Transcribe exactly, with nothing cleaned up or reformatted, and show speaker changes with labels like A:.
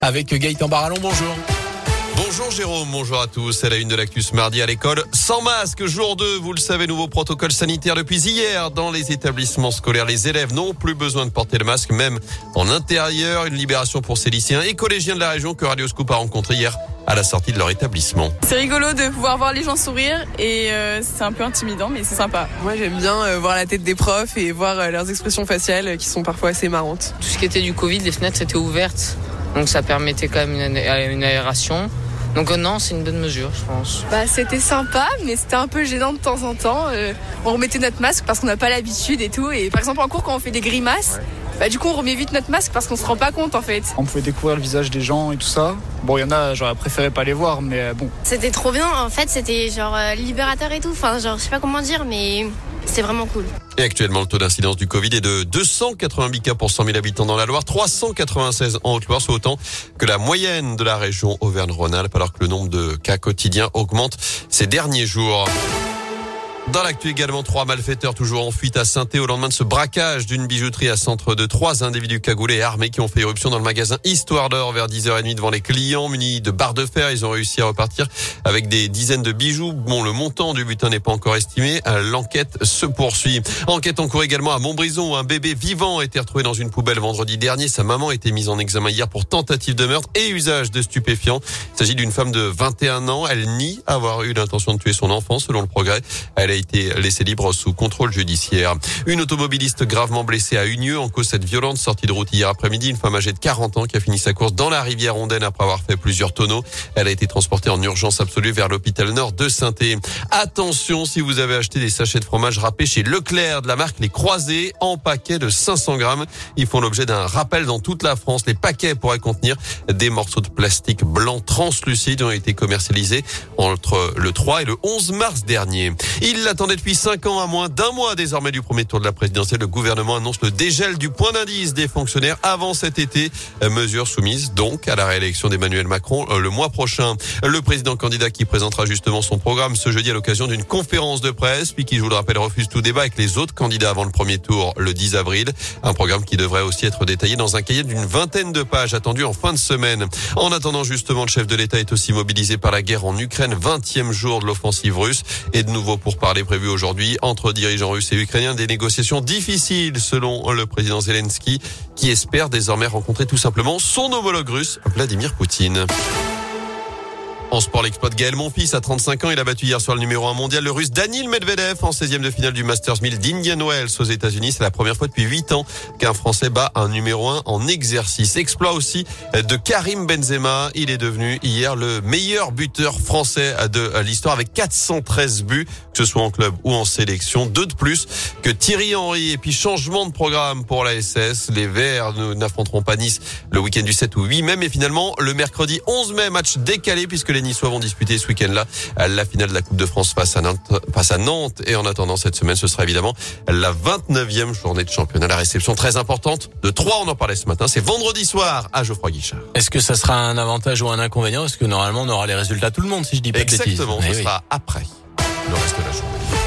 A: avec Gaëtan Barallon. Bonjour.
B: Bonjour Jérôme, bonjour à tous. C'est la une de l'actu ce mardi à l'école. Sans masque, jour deux, vous le savez, nouveau protocole sanitaire depuis hier. Dans les établissements scolaires, les élèves n'ont plus besoin de porter le masque, même en intérieur. Une libération pour ces lycéens et collégiens de la région que Radio Scoop a rencontré hier à la sortie de leur établissement.
C: C'est rigolo de pouvoir voir les gens sourire et euh, c'est un peu intimidant, mais c'est sympa.
D: Moi j'aime bien euh, voir la tête des profs et voir euh, leurs expressions faciales euh, qui sont parfois assez marrantes.
E: Tout ce qui était du Covid, les fenêtres étaient ouvertes, donc ça permettait quand même une, une aération. Donc euh, non, c'est une bonne mesure, je pense.
C: Bah, c'était sympa, mais c'était un peu gênant de temps en temps. Euh, on remettait notre masque parce qu'on n'a pas l'habitude et tout. Et par exemple en cours, quand on fait des grimaces, ouais. Bah, du coup on remet vite notre masque parce qu'on se rend pas compte en fait.
F: On pouvait découvrir le visage des gens et tout ça. Bon, il y en a, j'aurais préféré pas les voir, mais bon.
G: C'était trop bien, en fait, c'était genre euh, libérateur et tout. Enfin, genre, je sais pas comment dire, mais c'est vraiment cool.
B: Et actuellement, le taux d'incidence du Covid est de deux cent quatre-vingt-huit cas pour cent mille habitants dans la Loire, trois cent quatre-vingt-seize en Haute-Loire, soit autant que la moyenne de la région Auvergne-Rhône-Alpes, alors que le nombre de cas quotidiens augmente ces derniers jours. Dans l'actu également, trois malfaiteurs toujours en fuite à Saint-Thé au lendemain de ce braquage d'une bijouterie à Centre de trois individus cagoulés et armés qui ont fait éruption dans le magasin Histoire d'Or vers dix heures trente devant les clients munis de barres de fer. Ils ont réussi à repartir avec des dizaines de bijoux. Bon, le montant du butin n'est pas encore estimé. L'enquête se poursuit. Enquête en cours également à Montbrison où un bébé vivant a été retrouvé dans une poubelle vendredi dernier. Sa maman a été mise en examen hier pour tentative de meurtre et usage de stupéfiants. Il s'agit d'une femme de vingt et un ans. Elle nie avoir eu l'intention de tuer son enfant selon le Progrès. Elle a été laissée libre sous contrôle judiciaire. Une automobiliste gravement blessée à Unieux en cause cette violente sortie de route hier après-midi. Une femme âgée de quarante ans qui a fini sa course dans la rivière Ondaine après avoir fait plusieurs tonneaux. Elle a été transportée en urgence absolue vers l'hôpital Nord de Saint-Thé. Attention, si vous avez acheté des sachets de fromage râpé chez Leclerc de la marque Les Croisés en paquet de cinq cents grammes. Ils font l'objet d'un rappel dans toute la France. Les paquets pourraient contenir des morceaux de plastique blanc translucide ont été commercialisés entre le trois et le onze mars dernier. Il l'attendait depuis cinq ans, à moins d'un mois désormais du premier tour de la présidentielle. Le gouvernement annonce le dégel du point d'indice des fonctionnaires avant cet été. Mesure soumise donc à la réélection d'Emmanuel Macron le mois prochain. Le président candidat qui présentera justement son programme ce jeudi à l'occasion d'une conférence de presse, puis qui, je vous le rappelle, refuse tout débat avec les autres candidats avant le premier tour le dix avril. Un programme qui devrait aussi être détaillé dans un cahier d'une vingtaine de pages attendu en fin de semaine. En attendant, justement, le chef de l'État est aussi mobilisé par la guerre en Ukraine, vingtième jour de l'offensive russe et de nouveau pourparlers prévus aujourd'hui entre dirigeants russes et ukrainiens. Des négociations difficiles selon le président Zelensky qui espère désormais rencontrer tout simplement son homologue russe, Vladimir Poutine. En sport, l'exploit de Gaël Monfils à trente-cinq ans. Il a battu hier soir le numéro un mondial, le russe Daniil Medvedev, en seizième de finale du Masters mille d'Indian Wells aux États-Unis. C'est la première fois depuis huit ans qu'un Français bat un numéro un en exercice. Exploit aussi de Karim Benzema. Il est devenu hier le meilleur buteur français de l'histoire avec quatre cent treize buts, que ce soit en club ou en sélection. Deux de plus que Thierry Henry. Et puis changement de programme pour la S S. Les Verts n'affronteront pas Nice le week-end du sept ou huit mai. Mais finalement, le mercredi onze mai, match décalé puisque les Niçois vont disputer ce week-end-là la finale de la Coupe de France face à Nantes, face à Nantes. Et en attendant cette semaine, ce sera évidemment la vingt-neuvième journée de championnat. La réception très importante de Troyes, on en parlait ce matin. C'est vendredi soir à Geoffroy Guichard.
A: Est-ce que ça sera un avantage ou un inconvénient? Est-ce que normalement on aura les résultats tout le monde, si je dis pas de bêtises?
B: Exactement, ce oui. sera après le reste de la journée.